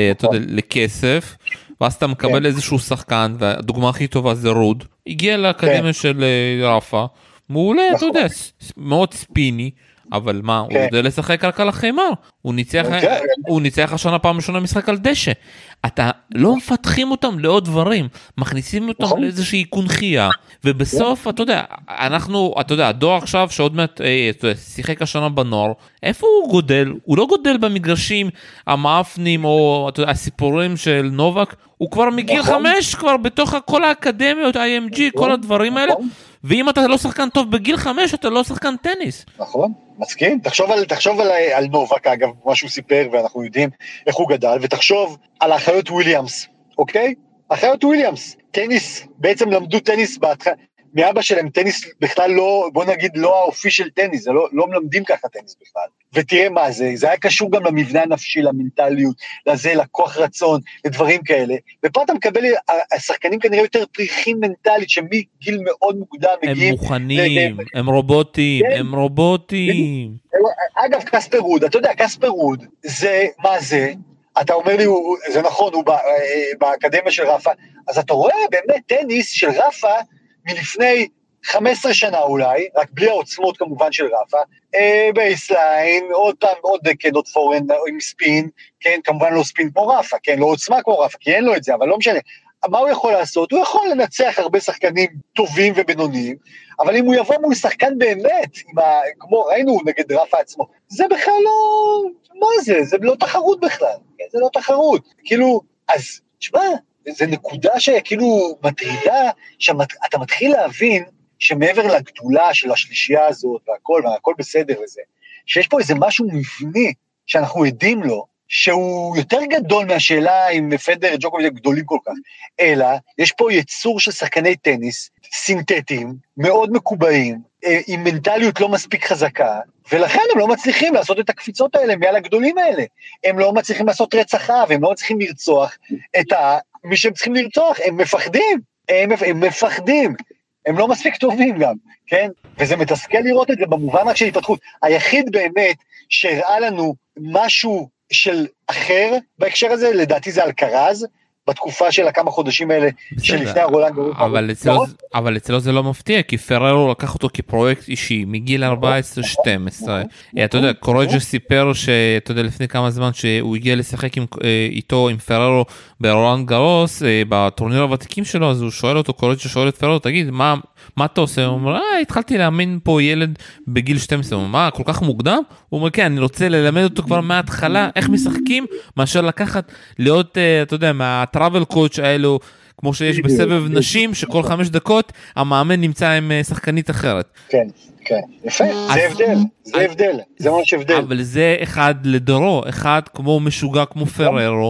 לכסף, ואז אתה מקבל איזשהו שחקן, והדוגמה הכי טובה זה רוד, הגיע לאקדמיה של רפה, מעולה, אתה יודע, מאוד ספיני, אבל מה, הוא יודע לשחק רק על החמר, הוא ניצח, הוא ניצח השנה פעם ראשונה משחק על דשא, אתה לא מפתחים אותם לעוד דברים, מכניסים אותם לאיזושהי קונחייה, ובסוף, אתה יודע, אנחנו, אתה יודע, הדור עכשיו שעוד מעט שיחק השנה בנוער, איפה הוא גודל? הוא לא גודל במגרשים המאפנים, או אתה יודע, הסיפורים של נובק, הוא כבר מגיל חמש, כבר בתוך כל האקדמיות, איי אם ג'י, כל הדברים האלה, ואם אתה לא שחקן טוב בגיל חמש, אתה לא שחקן טניס. נכון, מסכים. תחשוב על, תחשוב על, על נובק, אגב, מה שהוא סיפר, ואנחנו יודעים איך הוא גדל, ותחשוב על האחיות וויליאמס, אוקיי? האחיות וויליאמס, טניס, בעצם למדו טניס בהתחלה, מאבא שלהם טניס בכלל לא, בוא נגיד, לא האופי של טניס, זה לא, לא מלמדים ככה טניס בכלל. ותראה מה זה, זה היה קשור גם למבנה הנפשי, למנטליות, לזה, לכוח רצון, לדברים כאלה. ופה אתה מקבל, השחקנים כנראה יותר פריחים מנטלית, שמגיל מאוד מוקדם מגיעים... הם מוכנים, הם רובוטים, הם רובוטים. אגב, קספר רוד, אתה יודע, קספר רוד, זה, מה זה? אתה אומר לי, זה נכון, הוא באקדמיה של רפה, אז אתה רואה באמת טניס של רפה, מלפני חמש עשרה שנה אולי, רק בלי העוצמות כמובן של רפה, אה, בייסליין, עוד פעם, עוד כן, עוד פורן, עם ספין, כן, כמובן לא ספין כמו רפה, כן, לא עוצמה כמו רפה, כי אין לו את זה, אבל לא משנה. מה הוא יכול לעשות? הוא יכול לנצח הרבה שחקנים טובים ובינוניים, אבל אם הוא יבוא מול שחקן באמת, ה, כמו ראינו נגד רפה עצמו, זה בכלל לא, מה זה? זה לא תחרות בכלל, זה לא תחרות. כאילו, אז, תשמע, זה נקודה שכאילו מטרידה, שאתה מתחיל להבין שמעבר לגדולה של השלישייה הזאת והכל, והכל בסדר וזה, שיש פה איזה משהו מבני שאנחנו עדים לו, שהוא יותר גדול מהשאלה אם פדר ג'וקוביץ' גדולים כל כך, אלא יש פה יצור של שחקני טניס, סינתטיים, מאוד מקובעים, עם מנטליות לא מספיק חזקה, ולכן הם לא מצליחים לעשות את הקפיצות האלה מעל הגדולים האלה, הם לא מצליחים לעשות רצח אב, הם לא מצליחים לרצוח את ה... מי שהם צריכים לרצוח, הם מפחדים, הם, הם מפחדים, הם לא מספיק טובים גם, כן? וזה מתסכל לראות את זה במובן רק של התפתחות. היחיד באמת שהראה לנו משהו של אחר בהקשר הזה, לדעתי זה אלקרז, בתקופה של הכמה חודשים האלה שלפני הרולנד. אבל אצלו, אבל אצלו זה לא מפתיע, כי פררו לקח אותו כפרויקט אישי, מגיל ארבע עשרה שתים עשרה. אתה יודע, קורג'ה סיפר שאתה יודע, לפני כמה זמן שהוא הגיע לשחק איתו, עם פררו ברולנד גרוס, בטורניר הוותיקים שלו, אז הוא שואל אותו, קורג'ה שואל את פררו, תגיד, מה, מה אתה עושה? הוא אומר, אה, התחלתי להאמין פה ילד בגיל שתים עשרה. הוא אומר, מה, כל כך מוקדם? הוא אומר, כן, אני רוצה ללמד אותו כבר מההתחלה, איך משחקים, מאשר לקחת, להיות, אתה יודע, מהטראבל קואץ' האלו, כמו שיש בסבב נשים, שכל חמש דקות, המאמן נמצא עם שחקנית אחרת. כן, כן, יפה, זה הבדל, זה הבדל, זה ממש הבדל. אבל זה אחד לדורו, אחד כמו משוגע, כמו פררו,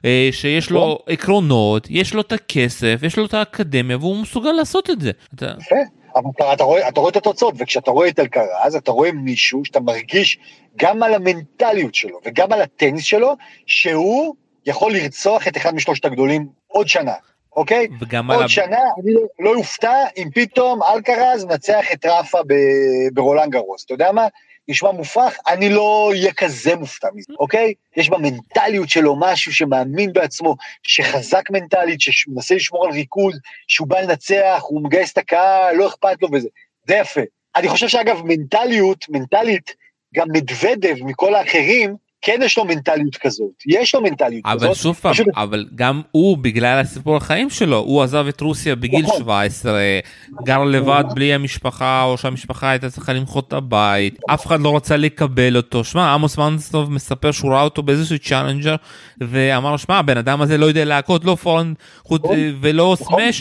שיש לו עקרונות, יש לו את הכסף, יש לו את האקדמיה, והוא מסוגל לעשות את זה. יפה, אבל אתה רואה, אתה רואה את התוצאות, וכשאתה רואה את אלקרז, אתה רואה מישהו שאתה מרגיש גם על המנטליות שלו, וגם על הטניס שלו, שהוא יכול לרצוח את אחד משלושת הגדולים עוד שנה. אוקיי? עוד על... שנה אני לא, לא יופתע אם פתאום אלקרז נצח את רפה ברולנד גרוס, אתה יודע מה? נשמע מופרך, אני לא אהיה כזה מופתע מזה, אוקיי? יש במנטליות שלו משהו שמאמין בעצמו, שחזק מנטלית, שמנסה לשמור על ריכוז, שהוא בא לנצח, הוא מגייס את הקהל, לא אכפת לו וזה, זה יפה. אני חושב שאגב מנטליות, מנטלית, גם מדוודב מכל האחרים, כן יש לו מנטליות כזאת, יש לו מנטליות אבל כזאת. אבל שוב פעם, פשוט... אבל גם הוא, בגלל הסיפור החיים שלו, הוא עזב את רוסיה בגיל נכון. שבע עשרה, גר לבד בלי המשפחה, או שהמשפחה הייתה צריכה למחות את הבית, אף אחד לא רצה לקבל אותו. שמע, עמוס מנסטוב מספר שהוא ראה אותו באיזשהו צ'אלנג'ר, ואמר לו, שמע, הבן אדם הזה לא יודע להכות, לא פורן חוט ולא סמש.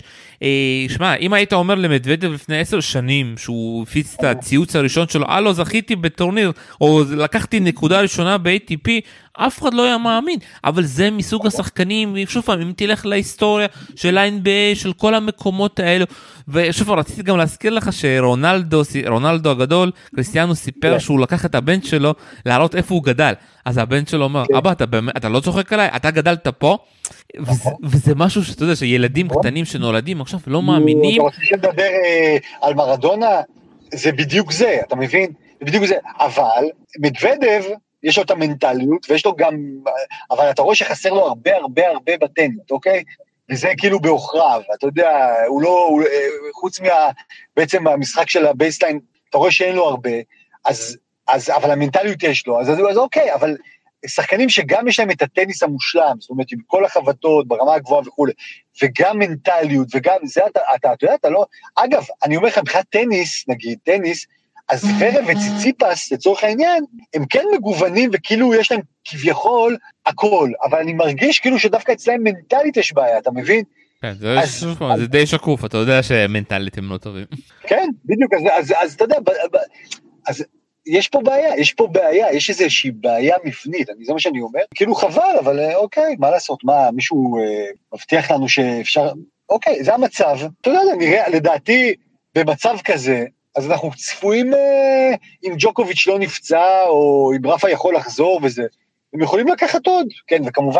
שמע, אם היית אומר למדוודב לפני עשר שנים, שהוא הפיץ את הציוץ הראשון שלו, אה לא, זכיתי בטורניר, או לקחתי נקודה ראשונה ב-איי טי פי, אף אחד לא היה מאמין, אבל זה מסוג השחקנים, שוב פעם, אם תלך להיסטוריה של ה-אן בי איי, של כל המקומות האלו, ושוב פעם, רציתי גם להזכיר לך שרונלדו, רונלדו הגדול, קריסטיאנו סיפר שהוא לקח את הבן שלו, להראות איפה הוא גדל, אז הבן שלו אומר, אבא, אתה, אתה לא צוחק עליי, אתה גדלת פה, וזה, וזה משהו שאתה יודע, שילדים קטנים שנולדים עכשיו לא מאמינים. אתה רוצה לדבר על מרדונה, זה בדיוק זה, אתה מבין? זה בדיוק זה, אבל מדוודב, יש לו את המנטליות, ויש לו גם, אבל אתה רואה שחסר לו הרבה הרבה הרבה בטניות, אוקיי? וזה כאילו באוכריו, אתה יודע, הוא לא, הוא, חוץ מה, בעצם מהמשחק של הבייסליין, אתה רואה שאין לו הרבה, אז, אז, אבל המנטליות יש לו, אז, אז אוקיי, אבל שחקנים שגם יש להם את הטניס המושלם, זאת אומרת, עם כל החבטות, ברמה הגבוהה וכו', וגם מנטליות, וגם זה, אתה, אתה, אתה יודע, אתה לא, אגב, אני אומר לך, מבחינת טניס, נגיד, טניס, אז ורב וציציפס, לצורך העניין, הם כן מגוונים, וכאילו יש להם כביכול הכל, אבל אני מרגיש כאילו שדווקא אצלהם מנטלית יש בעיה, אתה מבין? כן, זה, אז, שוב, אז, זה די שקוף, אתה יודע שמנטלית הם לא טובים. כן, בדיוק, אז, אז, אז אתה יודע, אז יש פה בעיה, יש פה בעיה, יש איזושהי בעיה מפנית, אני, זה מה שאני אומר, כאילו חבל, אבל אוקיי, מה לעשות, מה, מישהו אה, מבטיח לנו שאפשר, אוקיי, זה המצב, אתה יודע, נראה, לדעתי, במצב כזה, אז אנחנו צפויים, אה, אם ג'וקוביץ' לא נפצע, או אם רפה יכול לחזור וזה, הם יכולים לקחת עוד, כן, וכמובן,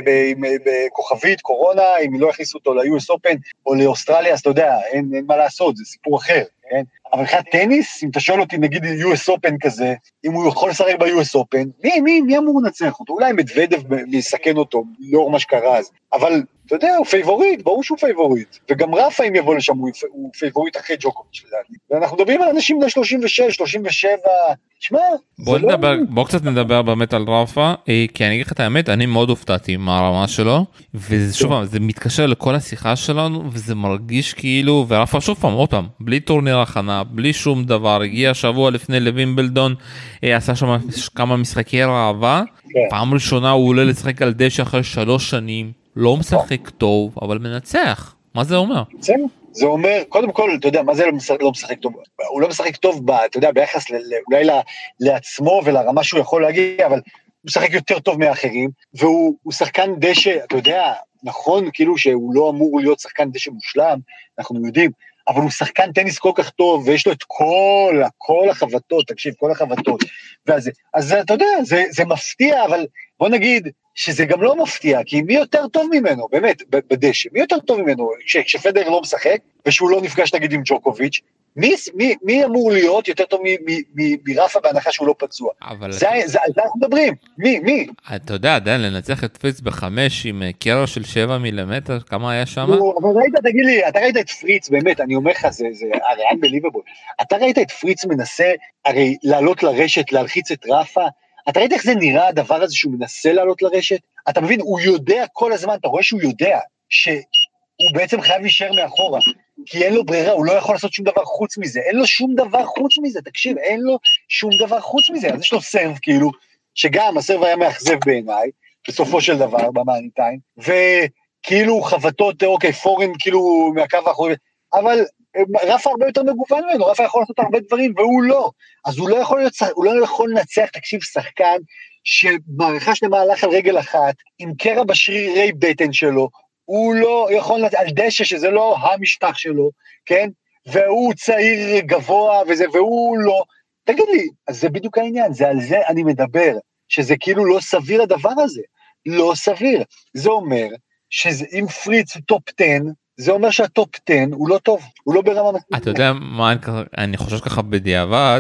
בכוכבית, קורונה, אם לא יכניסו אותו ל-יו אס Open, או לאוסטרליה, אז אתה יודע, אין, אין מה לעשות, זה סיפור אחר, כן? אבל אחת טניס, אם אתה שואל אותי, נגיד יו אס Open כזה, אם הוא יכול לשחק ב-יו אס Open, מי, מי, מי אמור לנצח אותו? אולי מדוודב יסכן אותו, לאור מה שקרה אז, אבל אתה יודע, הוא פייבוריט, ברור שהוא פייבוריט, וגם רפה אם יבוא לשם, הוא, הוא פייבוריט אחרי ג'וקוביץ' לדעתי, ואנחנו מדברים על אנשים בני שלושים ושש, שלושים ושבע, שמע, בוא נדבר, לא... בוא קצת נדבר באמת על רפה, כי אני אגיד לך את האמת, אני מאוד הופתעתי מהרמה שלו, ושוב פעם, זה מתקשר לכל השיחה שלנו, וזה מרגיש כאילו, ורפה שוב פעם, עוד פעם, בלי טורניר הכנה, בלי שום דבר, הגיע שבוע לפני לווימבלדון, עשה שם כמה משחקי ראווה, פעם ראשונה הוא עולה לשחק על דשא אחרי שלוש שנים, לא משחק טוב, אבל מנצח. מה זה אומר? זה אומר, קודם כל, אתה יודע, מה זה לא משחק טוב? הוא לא משחק טוב, אתה יודע, ביחס אולי לעצמו ולרמה שהוא יכול להגיע, אבל הוא משחק יותר טוב מאחרים, והוא שחקן דשא, אתה יודע, נכון, כאילו שהוא לא אמור להיות שחקן דשא מושלם, אנחנו יודעים, אבל הוא שחקן טניס כל כך טוב, ויש לו את כל, כל החבטות, תקשיב, כל החבטות, ואז, אז אתה יודע, זה, זה מפתיע, אבל בוא נגיד, שזה גם לא מפתיע, כי מי יותר טוב ממנו, באמת, בדשא, מי יותר טוב ממנו, כשפדר לא משחק, ושהוא לא נפגש נגיד עם ג'וקוביץ', מי, מי, מי אמור להיות יותר טוב מרפה בהנחה שהוא לא פצוע? אבל... זה, זה, זה אנחנו מדברים, מי, מי? אתה יודע, עדיין, לנצח את פריץ בחמש עם קרע של שבע מילימטר, כמה היה שם? אבל ראית, תגיד לי, אתה ראית את פריץ, באמת, אני אומר לך, זה, זה הרי unbelievable, אתה ראית את פריץ מנסה, הרי לעלות לרשת, להלחיץ את רפה, אתה ראית איך זה נראה הדבר הזה שהוא מנסה לעלות לרשת? אתה מבין, הוא יודע כל הזמן, אתה רואה שהוא יודע שהוא בעצם חייב להישאר מאחורה, כי אין לו ברירה, הוא לא יכול לעשות שום דבר חוץ מזה, אין לו שום דבר חוץ מזה, תקשיב, אין לו שום דבר חוץ מזה, אז יש לו סרב כאילו, שגם הסרב היה מאכזב בעיניי, בסופו של דבר, במאניטיים, וכאילו חבטות, אוקיי, פורן כאילו מהקו האחורי, אבל רפה הרבה יותר מגוון ממנו, רפה יכול לעשות הרבה דברים, והוא לא, אז הוא לא יכול להיות, הוא לא יכול לנצח, תקשיב, שחקן, שמערכה שלמה הלך על רגל אחת, עם קרע בשרירי בטן שלו, הוא לא יכול לנצח, על דשא שזה לא המשטח שלו, כן, והוא צעיר גבוה וזה, והוא לא, תגיד לי, אז זה בדיוק העניין, זה על זה אני מדבר, שזה כאילו לא סביר הדבר הזה, לא סביר, זה אומר, שאם פריץ הוא טופ עשר, זה אומר שהטופ עשר הוא לא טוב, הוא לא ברמה מספיק. אתה יודע מה, אני חושב ככה בדיעבד,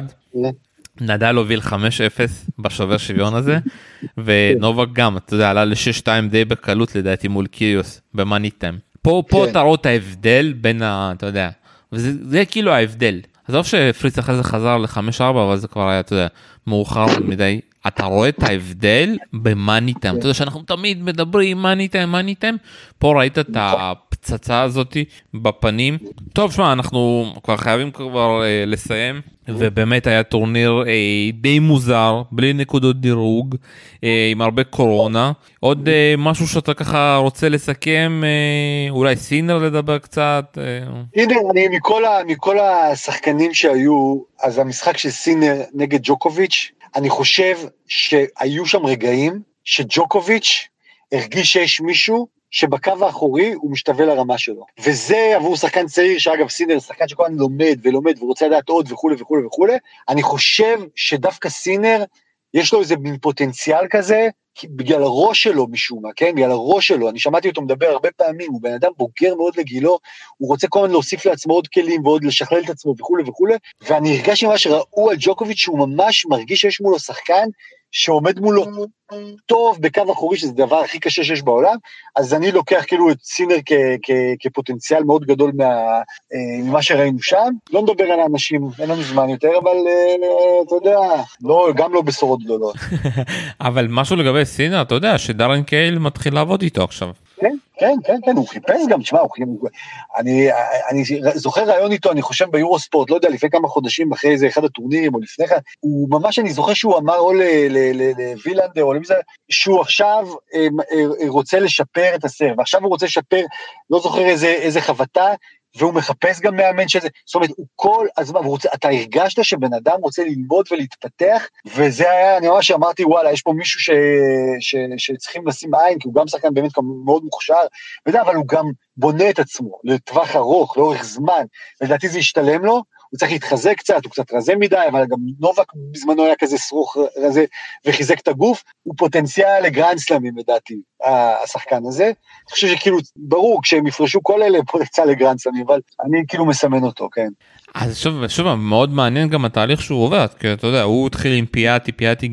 נדל הוביל חמש אפס בשובר שוויון הזה, ונובק גם, אתה יודע, עלה ל-שש שתיים די בקלות לדעתי מול קיריוס, במאני טיים. פה, פה אתה רואה את ההבדל בין ה... אתה יודע, וזה זה כאילו ההבדל. עזוב שפריץ אחרי זה חזר ל-חמש ארבע, אבל זה כבר היה, אתה יודע, מאוחר מדי. אתה רואה את ההבדל במאני טיים. אתה יודע שאנחנו תמיד מדברים מאני טיים, מאני טיים. פה ראית את הפצצה הזאת בפנים. טוב, שמע, אנחנו כבר חייבים כבר אה, לסיים. ובאמת היה טורניר אה, די מוזר, בלי נקודות דירוג, אה, עם הרבה קורונה. עוד אה, משהו שאתה ככה רוצה לסכם, אה, אולי סינר לדבר קצת? אה... הנה, אני מכל, ה, מכל השחקנים שהיו, אז המשחק של סינר נגד ג'וקוביץ', אני חושב שהיו שם רגעים שג'וקוביץ' הרגיש שיש מישהו שבקו האחורי הוא משתווה לרמה שלו. וזה עבור שחקן צעיר, שאגב סינר, שחקן שכל הזמן לומד ולומד ורוצה לדעת עוד וכו' וכו' וכו'. אני חושב שדווקא סינר, יש לו איזה מין פוטנציאל כזה, בגלל הראש שלו משום מה, כן? בגלל הראש שלו, אני שמעתי אותו מדבר הרבה פעמים, הוא בן אדם בוגר מאוד לגילו, הוא רוצה כל הזמן להוסיף לעצמו עוד כלים ועוד לשכלל את עצמו וכו' וכו'. ואני הרגש ממה שראו על ג'וקוביץ' שהוא ממש מרגיש שיש מולו שחקן, שעומד מולו טוב בקו אחורי, שזה דבר הכי קשה שיש בעולם, אז אני לוקח כאילו את סינר כ- כ- כפוטנציאל מאוד גדול מה, ממה שראינו שם. לא נדבר על האנשים, אין לנו זמן יותר, אבל אתה יודע, לא, גם לא בשורות גדולות. אבל משהו לגבי סינר, אתה יודע שדרן קייל מתחיל לעבוד איתו עכשיו. כן, כן, כן, כן, הוא חיפש גם, תשמע, אני, אני זוכר רעיון איתו, אני חושב ביורוספורט, לא יודע, לפני כמה חודשים, אחרי איזה אחד הטורנירים, או לפני כן, הוא ממש, אני זוכר שהוא אמר, או לווילנדר, או למזה, שהוא עכשיו רוצה לשפר את הסרב, ועכשיו הוא רוצה לשפר, לא זוכר איזה, איזה חבטה, והוא מחפש גם מאמן שזה, זאת אומרת, הוא כל הזמן, רוצה, אתה הרגשת שבן אדם רוצה ללמוד ולהתפתח, וזה היה, אני ממש אמרתי, וואלה, יש פה מישהו ש, ש, שצריכים לשים עין, כי הוא גם שחקן באמת מאוד מוכשר, וזה, אבל הוא גם בונה את עצמו, לטווח ארוך, לאורך זמן, ולדעתי זה ישתלם לו, הוא צריך להתחזק קצת, הוא קצת רזה מדי, אבל גם נובק בזמנו היה כזה סרוך רזה, וחיזק את הגוף, הוא פוטנציאל לגרנד סלאמים, לדעתי, השחקן הזה. אני חושב שכאילו, ברור, כשהם יפרשו כל אלה, פוטנציאל לגרנד סלאמים, אבל אני כאילו מסמן אותו, כן. אז שוב, שוב, מאוד מעניין גם התהליך שהוא עובד, כי אתה יודע, הוא התחיל עם פיאטי, פיאטי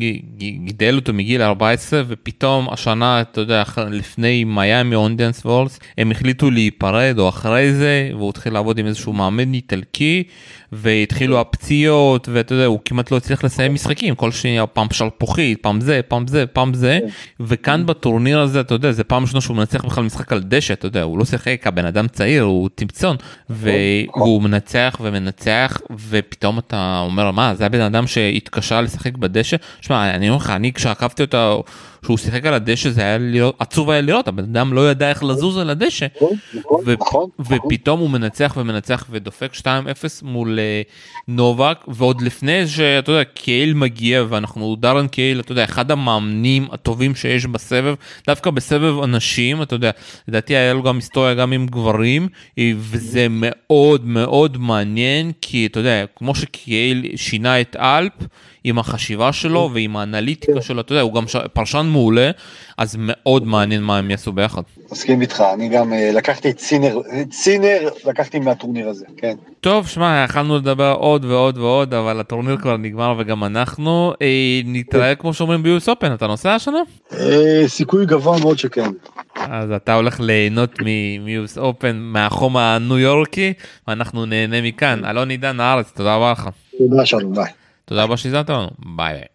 גידל אותו מגיל ארבע עשרה, ופתאום השנה, אתה יודע, לפני מיאמי אונדיאנס וולס, הם החליטו להיפרד, או אחרי זה, והוא התחיל לעבוד עם איזשהו מאמן איטלקי, והתחילו הפציעות, ואתה יודע, הוא כמעט לא הצליח לסיים משחקים, כל שנייה, פעם שלפוחית, פעם זה, פעם זה, פעם זה, וכאן בטורניר הזה, אתה יודע, זה פעם שונה שהוא מנצח בכלל משחק על דשא, אתה יודע, הוא לא שיחק, הבן אדם צעיר, הוא צמצון, והוא מנצח ומנצח, ופתאום אתה אומר, מה, זה הבן אדם שהתקשה לשחק בדשא? שמע, אני אומר לך, אני כשעקבתי אותו, שהוא שיחק על הדשא, זה היה לראות, עצוב היה לראות, הבן אדם לא ידע איך לזוז על הדשא, ופתאום הוא מנצח ומנצח ודופק שתיים אפס מול נובק, ועוד לפני שאתה יודע, קייל מגיע, ואנחנו דרן קייל, אתה יודע, אחד המאמנים הטובים שיש בסבב, דווקא בסבב אנשים, אתה יודע, לדעתי היה לו גם היסטוריה גם עם גברים, וזה מאוד מאוד מעניין, כי אתה יודע, כמו שקייל שינה את אלפ, עם החשיבה שלו ועם האנליטיקה שלו, אתה יודע, הוא גם פרשן מעולה, אז מאוד מעניין מה הם יעשו ביחד. מסכים איתך, אני גם לקחתי את סינר, את סינר לקחתי מהטורניר הזה, כן. טוב, שמע, יכלנו לדבר עוד ועוד ועוד, אבל הטורניר כבר נגמר וגם אנחנו, נתראה כמו שאומרים ביוס אופן, אתה נוסע השנה? סיכוי גבוה מאוד שכן. אז אתה הולך ליהנות מיוס אופן, מהחום הניו יורקי, ואנחנו נהנה מכאן. אלון עידן הארץ, תודה רבה לך. תודה שלום, ביי. תודה רבה שהזמנת לנו, ביי ביי.